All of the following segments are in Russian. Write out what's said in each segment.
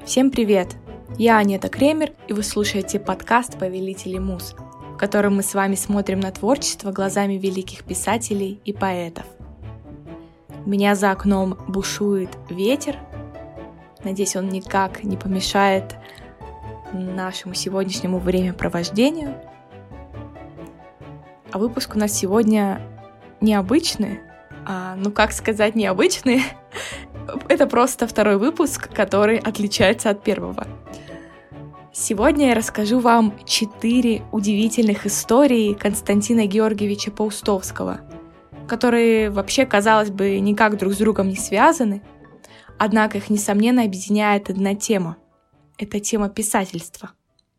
Всем привет! Я Анета Кремер, и вы слушаете подкаст «Повелители муз», в котором мы с вами смотрим на творчество глазами великих писателей и поэтов. У меня за окном бушует ветер. Надеюсь, он никак не помешает нашему сегодняшнему времяпровождению. А выпуск у нас сегодня необычный. Необычный. Это просто второй выпуск, который отличается от первого. Сегодня я расскажу вам 4 удивительных истории Константина Георгиевича Паустовского, которые вообще, казалось бы, никак друг с другом не связаны, однако их, несомненно, объединяет одна тема. Это тема писательства.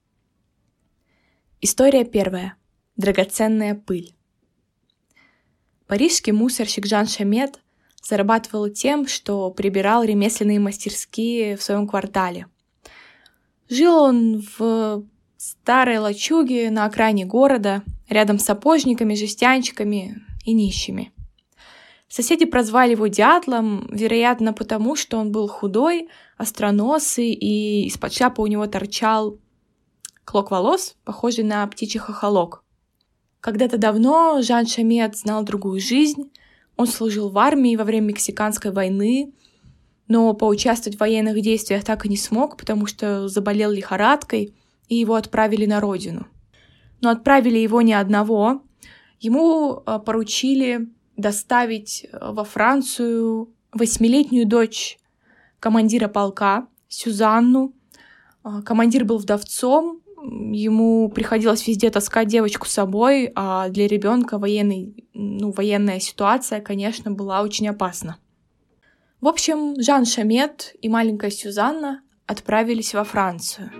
История первая. Драгоценная пыль. Парижский мусорщик Жан Шамет зарабатывал тем, что прибирал ремесленные мастерские в своем квартале. Жил он в старой лачуге на окраине города, рядом с сапожниками, жестянщиками и нищими. Соседи прозвали его дятлом, вероятно, потому что он был худой, остроносый, и из-под шляпы у него торчал клок волос, похожий на птичий хохолок. Когда-то давно Жан Шамет знал другую жизнь. Он служил в армии во время Мексиканской войны, но поучаствовать в военных действиях так и не смог, потому что заболел лихорадкой, и его отправили на родину. Но отправили его не одного. Ему поручили доставить во Францию 8-летнюю дочь командира полка, Сюзанну. Командир был вдовцом, ему приходилось везде таскать девочку с собой, а для ребенка военная ситуация, конечно, была очень опасна. В общем, Жан Шамет и маленькая Сюзанна отправились во Францию.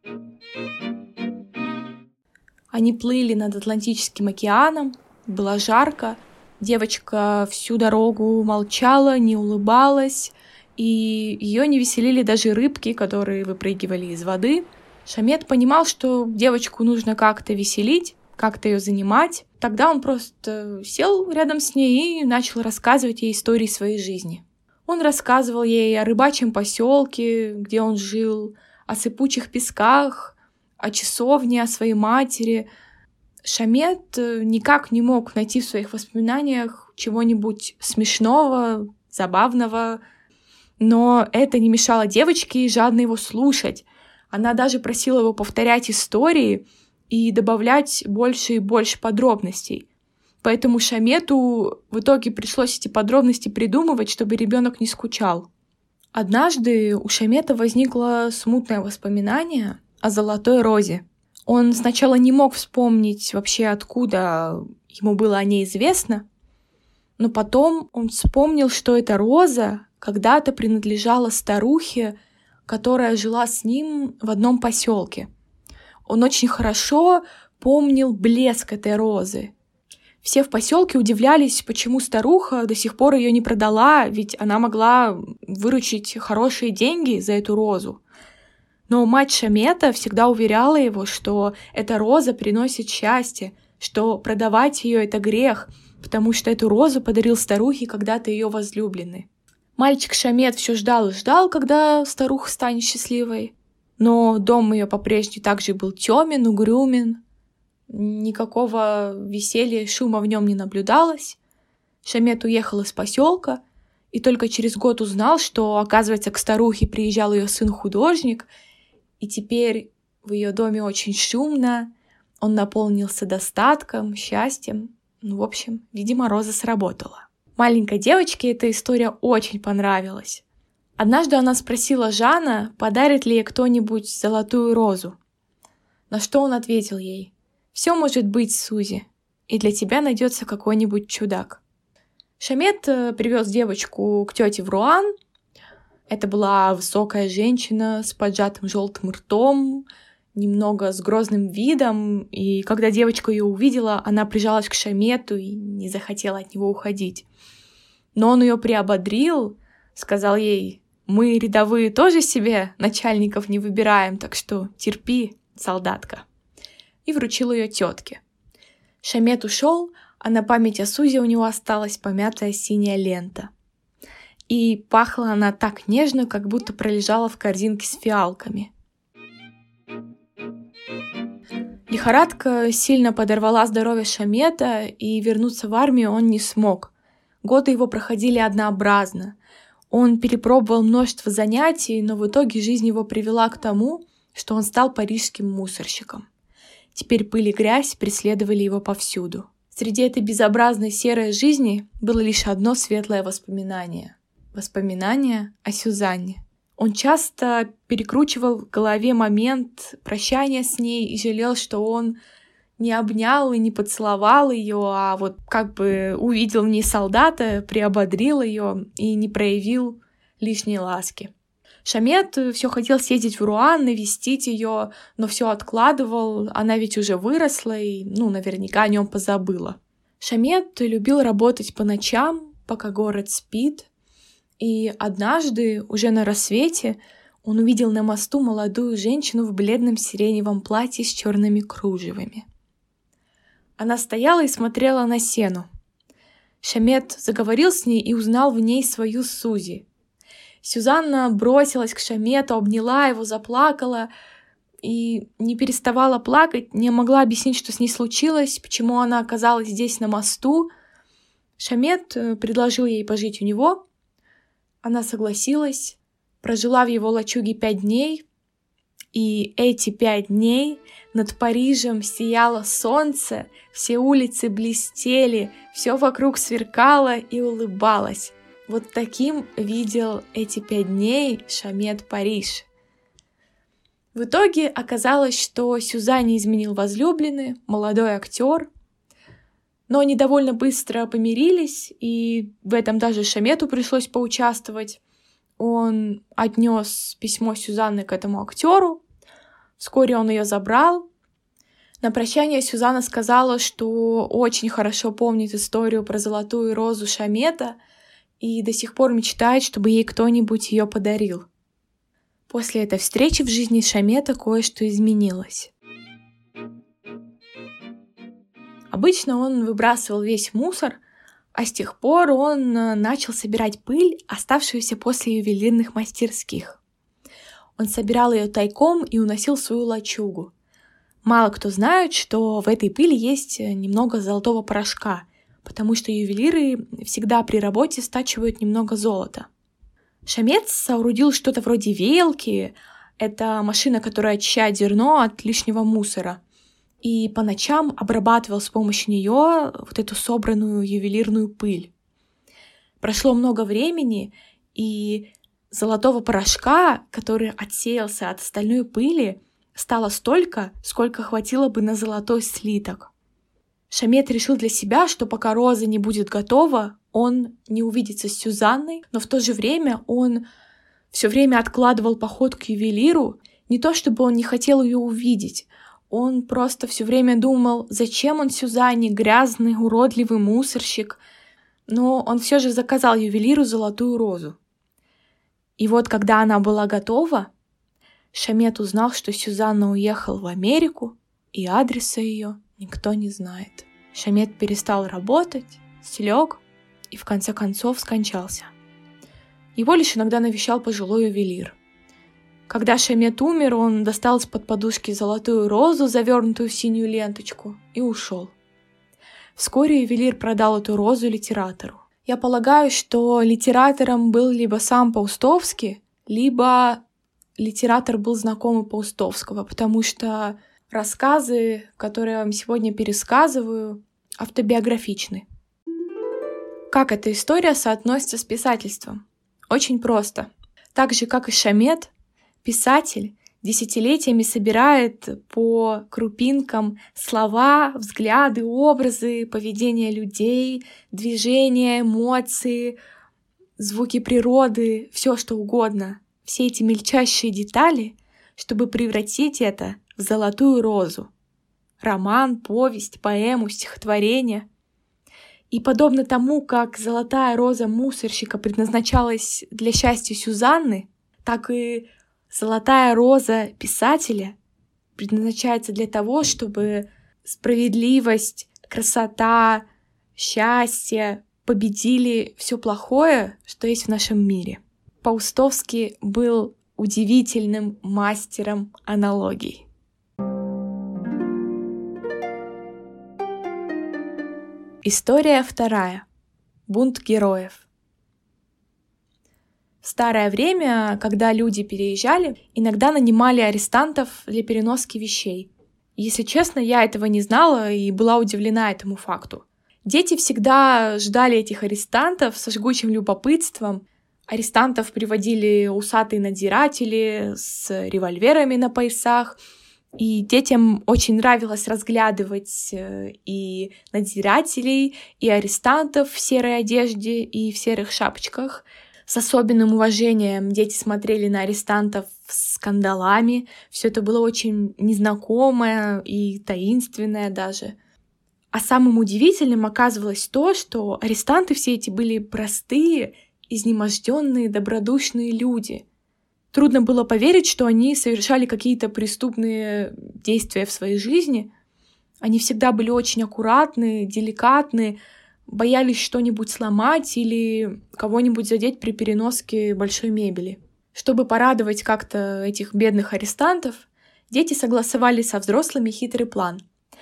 Они плыли над Атлантическим океаном, было жарко, девочка всю дорогу молчала, не улыбалась, и ее не веселили даже рыбки, которые выпрыгивали из воды. Шамет понимал, что девочку нужно как-то веселить, как-то ее занимать. Тогда он просто сел рядом с ней и начал рассказывать ей истории своей жизни. Он рассказывал ей о рыбачьем поселке, где он жил, о сыпучих песках, о часовне, о своей матери. Шамет никак не мог найти в своих воспоминаниях чего-нибудь смешного, забавного, но это не мешало девочке жадно его слушать. Она даже просила его повторять истории и добавлять больше и больше подробностей. Поэтому Шамету в итоге пришлось эти подробности придумывать, чтобы ребенок не скучал. Однажды у Шамета возникло смутное воспоминание о золотой розе. Он сначала не мог вспомнить вообще, откуда ему было о ней известно, но потом он вспомнил, что эта роза когда-то принадлежала старухе, которая жила с ним в одном поселке. Он очень хорошо помнил блеск этой розы. Все в поселке удивлялись, почему старуха до сих пор ее не продала, ведь она могла выручить хорошие деньги за эту розу. Но мать Шамета всегда уверяла его, что эта роза приносит счастье, что продавать ее — это грех, потому что эту розу подарил старухе когда-то ее возлюбленный. Мальчик Шамет все ждал и ждал, когда старуха станет счастливой. Но дом ее по-прежнему также был темен, угрюмен. Никакого веселья и шума в нем не наблюдалось. Шамет уехал из поселка и только через год узнал, что, оказывается, к старухе приезжал ее сын-художник, и теперь в ее доме очень шумно, он наполнился достатком, счастьем. В общем, видимо, роза сработала. Маленькой девочке эта история очень понравилась. Однажды она спросила Жана, подарит ли ей кто-нибудь золотую розу. На что он ответил ей: «Все может быть, Сузи, и для тебя найдется какой-нибудь чудак». Шамет привез девочку к тете в Руан. Это была высокая женщина с поджатым желтым ртом, немного с грозным видом, и когда девочка ее увидела, она прижалась к Шамету и не захотела от него уходить. Но он ее приободрил, сказал ей: «Мы, рядовые, тоже себе начальников не выбираем, так что терпи, солдатка», и вручил ее тетке. Шамет ушел, а на память о Сузе у него осталась помятая синяя лента. и пахла она так нежно, как будто пролежала в корзинке с фиалками. Лихорадка сильно подорвала здоровье Шамета, и вернуться в армию он не смог. Годы его проходили однообразно. Он перепробовал множество занятий, но в итоге жизнь его привела к тому, что он стал парижским мусорщиком. Теперь пыль и грязь преследовали его повсюду. Среди этой безобразной серой жизни было лишь одно светлое воспоминание. Воспоминание о Сюзанне. Он часто перекручивал в голове момент прощания с ней и жалел, что он не обнял и не поцеловал ее, а вот как бы увидел в ней солдата, приободрил ее и не проявил лишней ласки. Шамет все хотел съездить в Руан, навестить ее, но все откладывал, она ведь уже выросла и, наверняка о нем позабыла. Шамет любил работать по ночам, пока город спит, и однажды, уже на рассвете, он увидел на мосту молодую женщину в бледном сиреневом платье с черными кружевами. Она стояла и смотрела на сену. Шамет заговорил с ней и узнал в ней свою Сузи. Сюзанна бросилась к Шамету, обняла его, заплакала и не переставала плакать, не могла объяснить, что с ней случилось, почему она оказалась здесь на мосту. Шамет предложил ей пожить у него. Она согласилась, прожила в его лачуге 5 дней, и эти 5 дней над Парижем сияло солнце, все улицы блестели, все вокруг сверкало и улыбалось. Вот таким видел эти 5 дней Шамет Париж. В итоге оказалось, что Сюзанне изменил возлюбленный, молодой актер, но они довольно быстро помирились, и в этом даже Шамету пришлось поучаствовать. Он отнес письмо Сюзанны к этому актеру. Вскоре он ее забрал. На прощание Сюзанна сказала, что очень хорошо помнит историю про золотую розу Шамета и до сих пор мечтает, чтобы ей кто-нибудь ее подарил. После этой встречи в жизни Шамета кое-что изменилось. Обычно он выбрасывал весь мусор, а с тех пор он начал собирать пыль, оставшуюся после ювелирных мастерских. Он собирал ее тайком и уносил в свою лачугу. Мало кто знает, что в этой пыли есть немного золотого порошка, потому что ювелиры всегда при работе стачивают немного золота. Шамет соорудил что-то вроде веялки. Это машина, которая очищает зерно от лишнего мусора. И по ночам обрабатывал с помощью нее вот эту собранную ювелирную пыль. Прошло много времени, и золотого порошка, который отсеялся от остальной пыли, стало столько, сколько хватило бы на золотой слиток. Шамет решил для себя, что пока роза не будет готова, он не увидится с Сюзанной, но в то же время он все время откладывал поход к ювелиру, не то чтобы он не хотел ее увидеть, он просто все время думал, зачем он Сюзанне, грязный, уродливый мусорщик, но он все же заказал ювелиру золотую розу. И вот когда она была готова, Шамет узнал, что Сюзанна уехала в Америку, и адреса ее никто не знает. Шамет перестал работать, слег и в конце концов скончался. Его лишь иногда навещал пожилой ювелир. Когда Шамет умер, он достал из-под подушки золотую розу, завернутую в синюю ленточку, и ушел. Вскоре ювелир продал эту розу литератору. Я полагаю, что литератором был либо сам Паустовский, либо литератор был знакомый Паустовского, потому что рассказы, которые я вам сегодня пересказываю, автобиографичны. Как эта история соотносится с писательством? Очень просто. Так же, как и Шамет, писатель десятилетиями собирает по крупинкам слова, взгляды, образы, поведение людей, движения, эмоции, звуки природы, все что угодно. Все эти мельчайшие детали, чтобы превратить это в золотую розу. Роман, повесть, поэму, стихотворение. И подобно тому, как золотая роза мусорщика предназначалась для счастья Сюзанны, так и золотая роза писателя предназначается для того, чтобы справедливость, красота, счастье победили все плохое, что есть в нашем мире. Паустовский был удивительным мастером аналогий. История вторая. Бунт героев. В старое время, когда люди переезжали, иногда нанимали арестантов для переноски вещей. Если честно, я этого не знала и была удивлена этому факту. Дети всегда ждали этих арестантов со жгучим любопытством. Арестантов приводили усатые надзиратели с револьверами на поясах, и детям очень нравилось разглядывать и надзирателей, и арестантов в серой одежде и в серых шапочках. С особенным уважением дети смотрели на арестантов с кандалами. Все это было очень незнакомое и таинственное даже. А самым удивительным оказывалось то, что арестанты все эти были простые, изнеможденные, добродушные люди. Трудно было поверить, что они совершали какие-то преступные действия в своей жизни. Они всегда были очень аккуратны, деликатны, боялись что-нибудь сломать или кого-нибудь задеть при переноске большой мебели. Чтобы порадовать как-то этих бедных арестантов, дети согласовали со взрослыми хитрый план.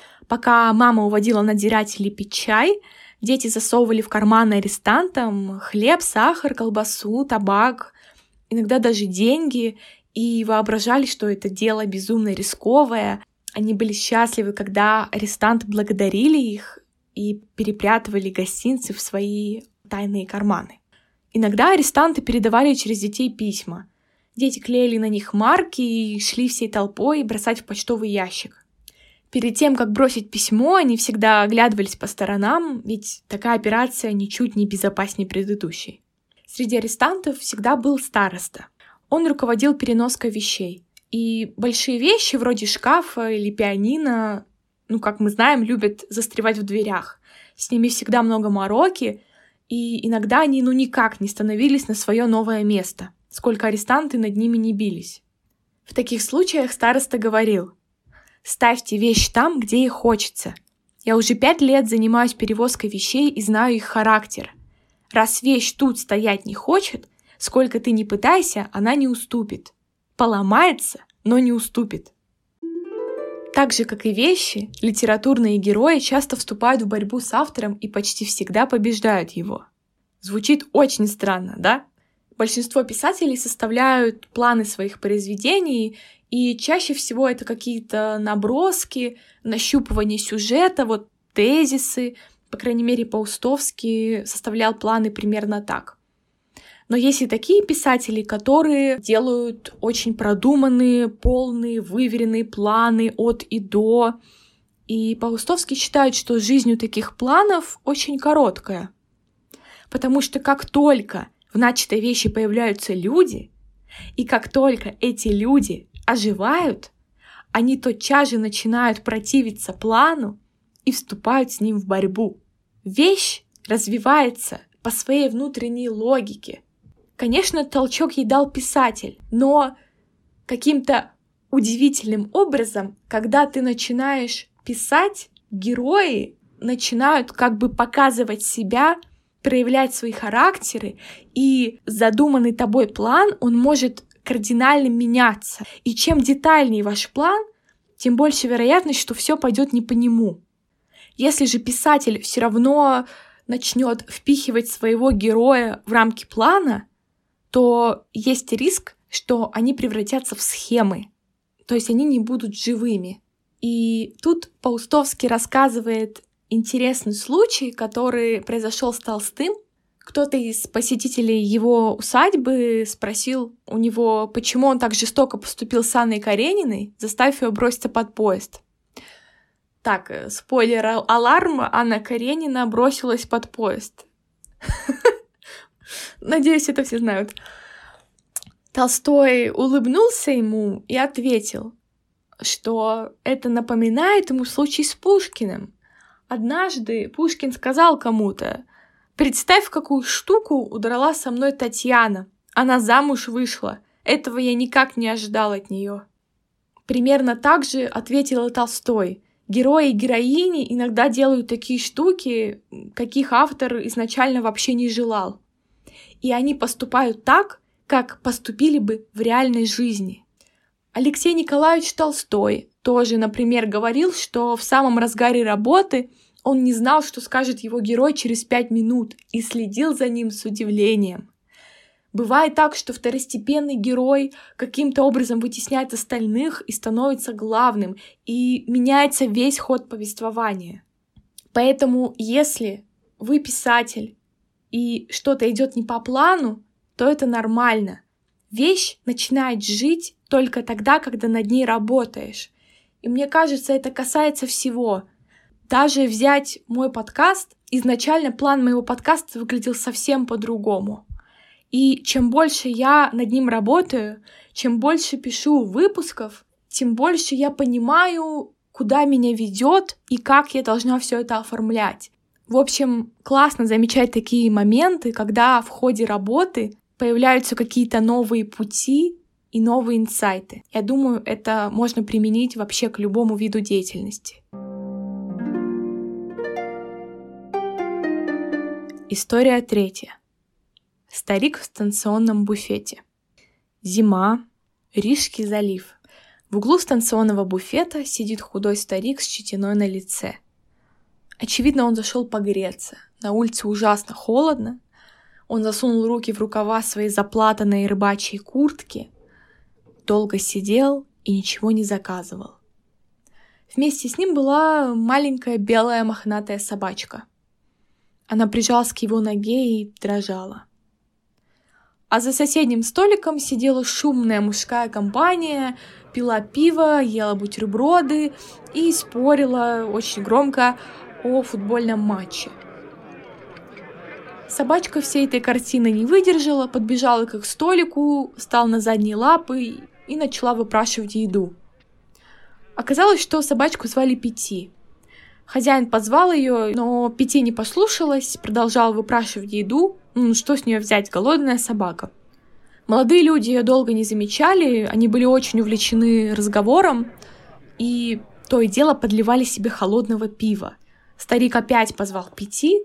Пока мама уводила надзирателей пить чай, дети засовывали в карманы арестантам хлеб, сахар, колбасу, табак, иногда даже деньги, и воображали, что это дело безумно рисковое. Они были счастливы, когда арестанты благодарили их и перепрятывали гостинцы в свои тайные карманы. Иногда арестанты передавали через детей письма. Дети клеили на них марки и шли всей толпой бросать в почтовый ящик. Перед тем, как бросить письмо, они всегда оглядывались по сторонам, ведь такая операция ничуть не безопаснее предыдущей. Среди арестантов всегда был староста. Он руководил переноской вещей. И большие вещи, вроде шкафа или пианино, как мы знаем, любят застревать в дверях. С ними всегда много мороки, и иногда они никак не становились на свое новое место, сколько арестанты над ними не бились. В таких случаях староста говорил: «Ставьте вещь там, где ей хочется. Я уже 5 лет занимаюсь перевозкой вещей и знаю их характер. Раз вещь тут стоять не хочет, сколько ты ни пытайся, она не уступит. Поломается, но не уступит». Так же, как и вещи, литературные герои часто вступают в борьбу с автором и почти всегда побеждают его. Звучит очень странно, да? Большинство писателей составляют планы своих произведений, и чаще всего это какие-то наброски, нащупывание сюжета, тезисы. По крайней мере, Паустовский составлял планы примерно так. Но есть и такие писатели, которые делают очень продуманные, полные, выверенные планы от и до. И Паустовский считает, что жизнь у таких планов очень короткая. Потому что как только в начатой вещи появляются люди, и как только эти люди оживают, они тотчас же начинают противиться плану и вступают с ним в борьбу. Вещь развивается по своей внутренней логике. Конечно, толчок ей дал писатель, но каким-то удивительным образом, когда ты начинаешь писать, герои начинают показывать себя, проявлять свои характеры, и задуманный тобой план, он может кардинально меняться. И чем детальнее ваш план, тем больше вероятность, что все пойдет не по нему. Если же писатель все равно начнет впихивать своего героя в рамки плана, то есть риск, что они превратятся в схемы, то есть они не будут живыми. И тут Паустовский рассказывает интересный случай, который произошел с Толстым. Кто-то из посетителей его усадьбы спросил у него, почему он так жестоко поступил с Анной Карениной, заставив ее броситься под поезд. Так, спойлер-аларм, Анна Каренина бросилась под поезд. Надеюсь, это все знают. Толстой улыбнулся ему и ответил, что это напоминает ему случай с Пушкиным. Однажды Пушкин сказал кому-то: «Представь, какую штуку удрала со мной Татьяна. Она замуж вышла. Этого я никак не ожидал от нее». Примерно так же ответил и Толстой. Герои и героини иногда делают такие штуки, каких автор изначально вообще не желал. И они поступают так, как поступили бы в реальной жизни. Алексей Николаевич Толстой тоже, например, говорил, что в самом разгаре работы он не знал, что скажет его герой через 5 минут, и следил за ним с удивлением. Бывает так, что второстепенный герой каким-то образом вытесняет остальных и становится главным, и меняется весь ход повествования. Поэтому, если вы писатель, и что-то идет не по плану, то это нормально. Вещь начинает жить только тогда, когда над ней работаешь. И мне кажется, это касается всего. Даже взять мой подкаст, изначально план моего подкаста выглядел совсем по-другому. И чем больше я над ним работаю, чем больше пишу выпусков, тем больше я понимаю, куда меня ведет и как я должна все это оформлять. В общем, классно замечать такие моменты, когда в ходе работы появляются какие-то новые пути и новые инсайты. Я думаю, это можно применить вообще к любому виду деятельности. История 3. Старик в станционном буфете. Зима, Рижский залив. В углу станционного буфета сидит худой старик с щетиной на лице. Очевидно, он зашел погреться. На улице ужасно холодно. Он засунул руки в рукава своей заплатанной рыбачьей куртки, долго сидел и ничего не заказывал. Вместе с ним была маленькая белая мохнатая собачка. Она прижалась к его ноге и дрожала. А за соседним столиком сидела шумная мужская компания, пила пиво, ела бутерброды и спорила очень громко о футбольном матче. Собачка всей этой картины не выдержала, подбежала к их столику, встала на задние лапы и начала выпрашивать еду. Оказалось, что собачку звали Пяти. Хозяин позвал ее, но Пяти не послушалась, продолжала выпрашивать еду. Что с нее взять, голодная собака. Молодые люди ее долго не замечали, они были очень увлечены разговором и то и дело подливали себе холодного пива. Старик опять позвал Пяти,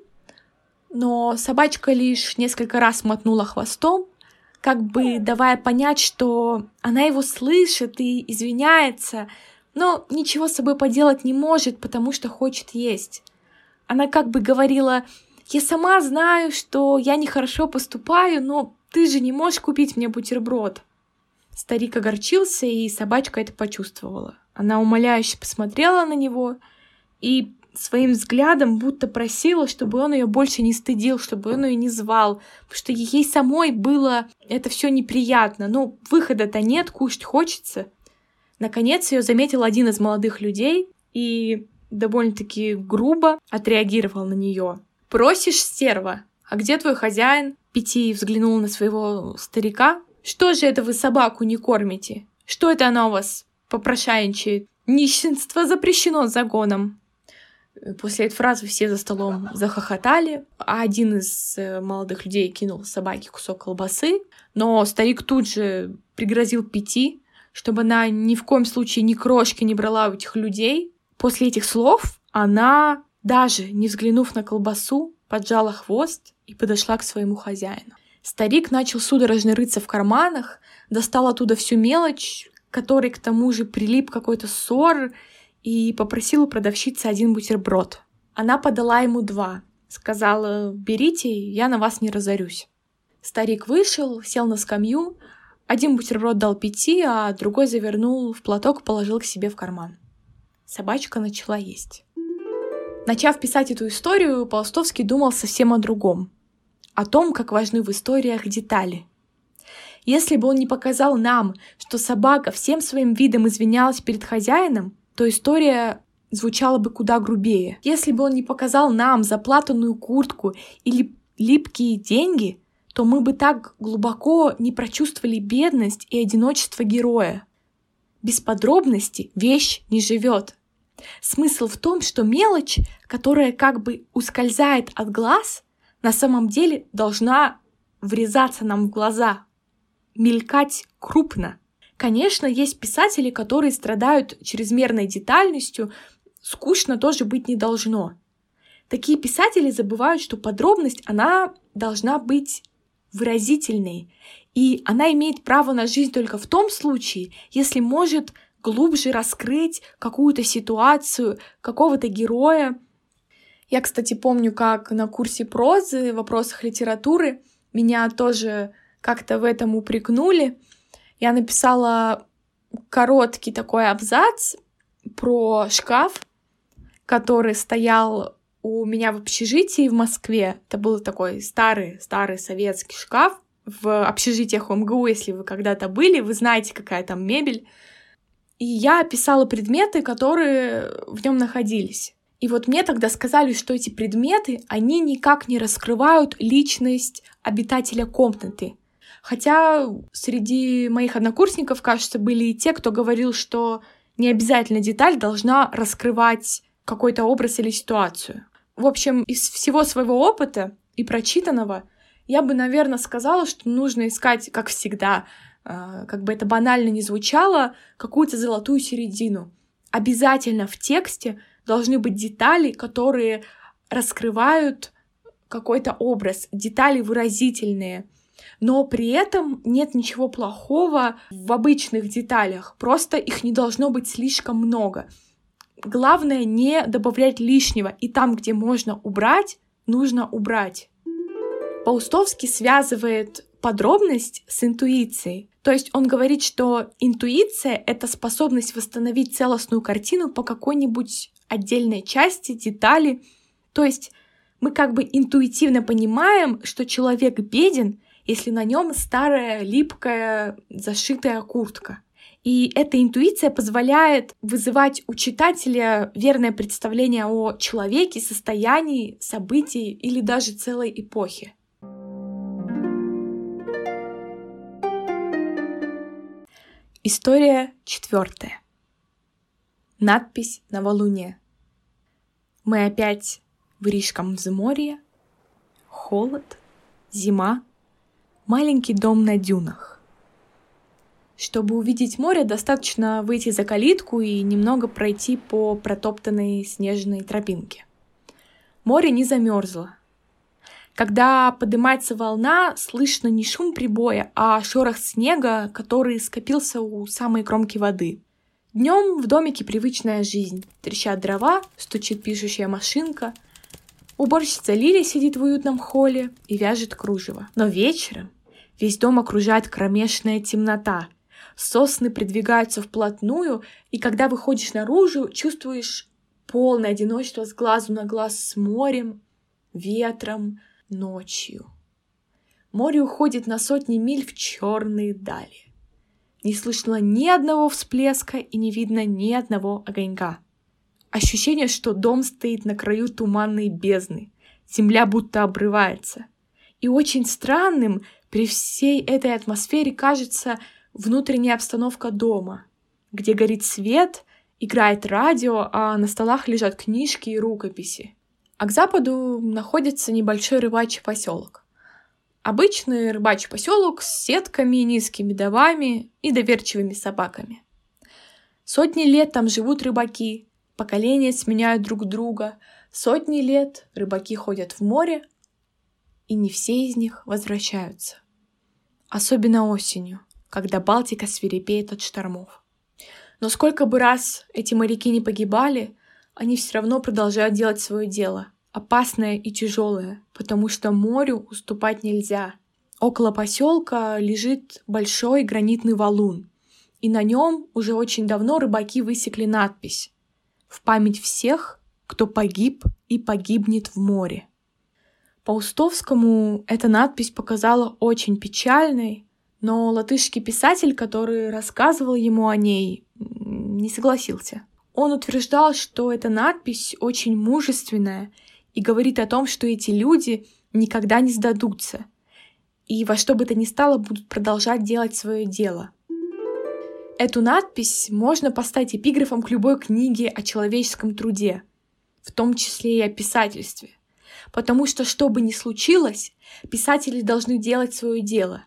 но собачка лишь несколько раз мотнула хвостом, как бы давая понять, что она его слышит и извиняется, но ничего с собой поделать не может, потому что хочет есть. Она как бы говорила: «Я сама знаю, что я нехорошо поступаю, но ты же не можешь купить мне бутерброд». Старик огорчился, и собачка это почувствовала. Она умоляюще посмотрела на него и своим взглядом будто просила, чтобы он ее больше не стыдил, чтобы он ее не звал, потому что ей самой было это все неприятно. Ну, выхода-то нет, кушать хочется. Наконец ее заметил один из молодых людей и довольно-таки грубо отреагировал на нее. «Просишь, стерва? А где твой хозяин?» Пяти взглянул на своего старика. «Что же это вы собаку не кормите? Что это она у вас попрошайничает? Нищенство запрещено законом». После этой фразы все за столом захохотали, а один из молодых людей кинул собаке кусок колбасы, но старик тут же пригрозил Пяти, чтобы она ни в коем случае ни крошки не брала у этих людей. После этих слов она, даже не взглянув на колбасу, поджала хвост и подошла к своему хозяину. Старик начал судорожно рыться в карманах, достал оттуда всю мелочь, к которой к тому же прилип какой-то ссор, и попросил у продавщицы 1 бутерброд. Она подала ему 2, сказала: «Берите, я на вас не разорюсь». Старик вышел, сел на скамью, 1 бутерброд дал Пяти, а другой завернул в платок и положил к себе в карман. Собачка начала есть. Начав писать эту историю, Паустовский думал совсем о другом. О том, как важны в историях детали. Если бы он не показал нам, что собака всем своим видом извинялась перед хозяином, то история звучала бы куда грубее. Если бы он не показал нам заплатанную куртку или липкие деньги, то мы бы так глубоко не прочувствовали бедность и одиночество героя. Без подробностей вещь не живет. Смысл в том, что мелочь, которая как бы ускользает от глаз, на самом деле должна врезаться нам в глаза, мелькать крупно. Конечно, есть писатели, которые страдают чрезмерной детальностью, скучно тоже быть не должно. Такие писатели забывают, что подробность, она должна быть выразительной, и она имеет право на жизнь только в том случае, если может глубже раскрыть какую-то ситуацию, какого-то героя. Я, кстати, помню, как на курсе прозы в вопросах литературы меня тоже как-то в этом упрекнули. Я написала короткий такой абзац про шкаф, который стоял у меня в общежитии в Москве. Это был такой старый советский шкаф. В общежитиях МГУ, если вы когда-то были, вы знаете, какая там мебель. И я описала предметы, которые в нем находились. И вот мне тогда сказали, что эти предметы, они никак не раскрывают личность обитателя комнаты. Хотя среди моих однокурсников, кажется, были и те, кто говорил, что не обязательно деталь должна раскрывать какой-то образ или ситуацию. В общем, из всего своего опыта и прочитанного я бы, наверное, сказала, что нужно искать, как всегда, как бы это банально ни звучало, какую-то золотую середину. Обязательно в тексте должны быть детали, которые раскрывают какой-то образ, детали выразительные. Но при этом нет ничего плохого в обычных деталях, просто их не должно быть слишком много. Главное не добавлять лишнего, и там, где можно убрать, нужно убрать. Паустовский связывает подробность с интуицией. То есть он говорит, что интуиция — это способность восстановить целостную картину по какой-нибудь отдельной части, детали. То есть мы как бы интуитивно понимаем, что человек беден, если на нем старая, липкая, зашитая куртка. И эта интуиция позволяет вызывать у читателя верное представление о человеке, состоянии, событии или даже целой эпохе. История 4. Надпись на валуне. Мы опять в Рижском взморье. Холод, зима, маленький дом на дюнах. Чтобы увидеть море, достаточно выйти за калитку и немного пройти по протоптанной снежной тропинке. Море не замерзло. Когда поднимается волна, слышно не шум прибоя, а шорох снега, который скопился у самой кромки воды. Днем в домике привычная жизнь. Трещат дрова, стучит пишущая машинка. Уборщица Лили сидит в уютном холле и вяжет кружево. Но вечером весь дом окружает кромешная темнота. Сосны придвигаются вплотную, и когда выходишь наружу, чувствуешь полное одиночество с глазу на глаз с морем, ветром, ночью. Море уходит на сотни миль в черные дали. Не слышно ни одного всплеска и не видно ни одного огонька. Ощущение, что дом стоит на краю туманной бездны. Земля будто обрывается. И очень странным при всей этой атмосфере кажется внутренняя обстановка дома, где горит свет, играет радио, а на столах лежат книжки и рукописи. А к западу находится небольшой рыбачий поселок. Обычный рыбачий поселок с сетками, низкими домами и доверчивыми собаками. Сотни лет там живут рыбаки, поколения сменяют друг друга. Сотни лет рыбаки ходят в море, и не все из них возвращаются. Особенно осенью, когда Балтика свирепеет от штормов. Но сколько бы раз эти моряки не погибали, они все равно продолжают делать свое дело, опасное и тяжелое, потому что морю уступать нельзя. Около поселка лежит большой гранитный валун, и на нем уже очень давно рыбаки высекли надпись: «В память всех, кто погиб и погибнет в море». Паустовскому эта надпись показала очень печальной, но латышский писатель, который рассказывал ему о ней, не согласился. Он утверждал, что эта надпись очень мужественная и говорит о том, что эти люди никогда не сдадутся и во что бы то ни стало будут продолжать делать свое дело. Эту надпись можно поставить эпиграфом к любой книге о человеческом труде, в том числе и о писательстве. Потому что бы ни случилось, писатели должны делать свое дело.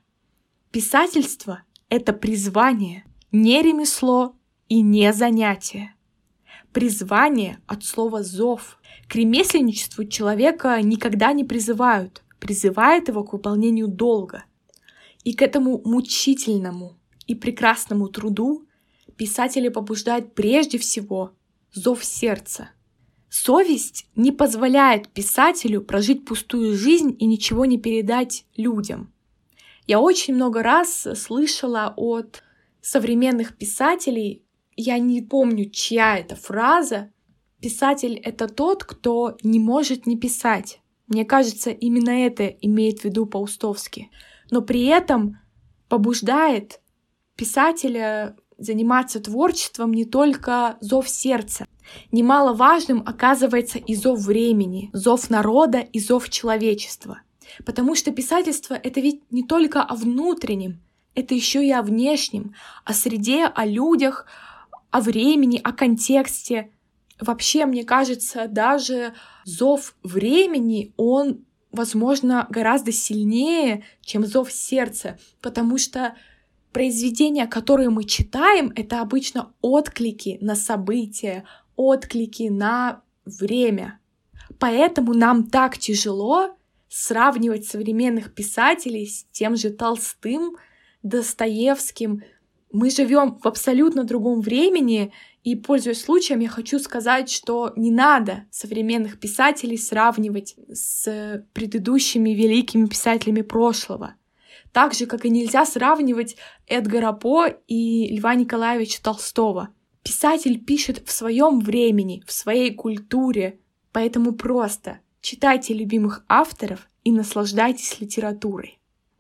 Писательство — это призвание, не ремесло и не занятие. Призвание от слова «зов». К ремесленничеству человека никогда не призывают. Призывает его к выполнению долга. И к этому мучительному и прекрасному труду писатели побуждают прежде всего зов сердца. Совесть не позволяет писателю прожить пустую жизнь и ничего не передать людям. Я очень много раз слышала от современных писателей, я не помню, чья это фраза, писатель — это тот, кто не может не писать. Мне кажется, именно это имеет в виду Паустовский. Но при этом побуждает писателя заниматься творчеством не только зов сердца. Немаловажным оказывается и зов времени, зов народа и зов человечества. Потому что писательство — это ведь не только о внутреннем, это еще и о внешнем, о среде, о людях, о времени, о контексте. Вообще, мне кажется, даже зов времени, он, возможно, гораздо сильнее, чем зов сердца, потому что произведения, которые мы читаем, это обычно отклики на события, отклики на время. Поэтому нам так тяжело сравнивать современных писателей с тем же Толстым, Достоевским. Мы живем в абсолютно другом времени, и, пользуясь случаем, я хочу сказать, что не надо современных писателей сравнивать с предыдущими великими писателями прошлого. Так же, как и нельзя сравнивать Эдгара По и Льва Николаевича Толстого. Писатель пишет в своем времени, в своей культуре, поэтому просто читайте любимых авторов и наслаждайтесь литературой.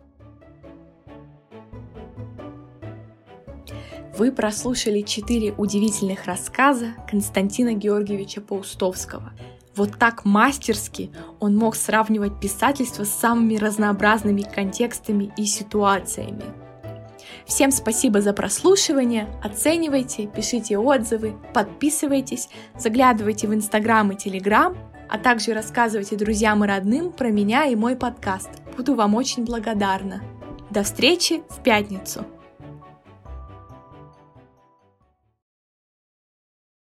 Вы прослушали 4 удивительных рассказа Константина Георгиевича Паустовского. Вот так мастерски он мог сравнивать писательство с самыми разнообразными контекстами и ситуациями. Всем спасибо за прослушивание, оценивайте, пишите отзывы, подписывайтесь, заглядывайте в Инстаграм и Телеграм, а также рассказывайте друзьям и родным про меня и мой подкаст. Буду вам очень благодарна. До встречи в пятницу!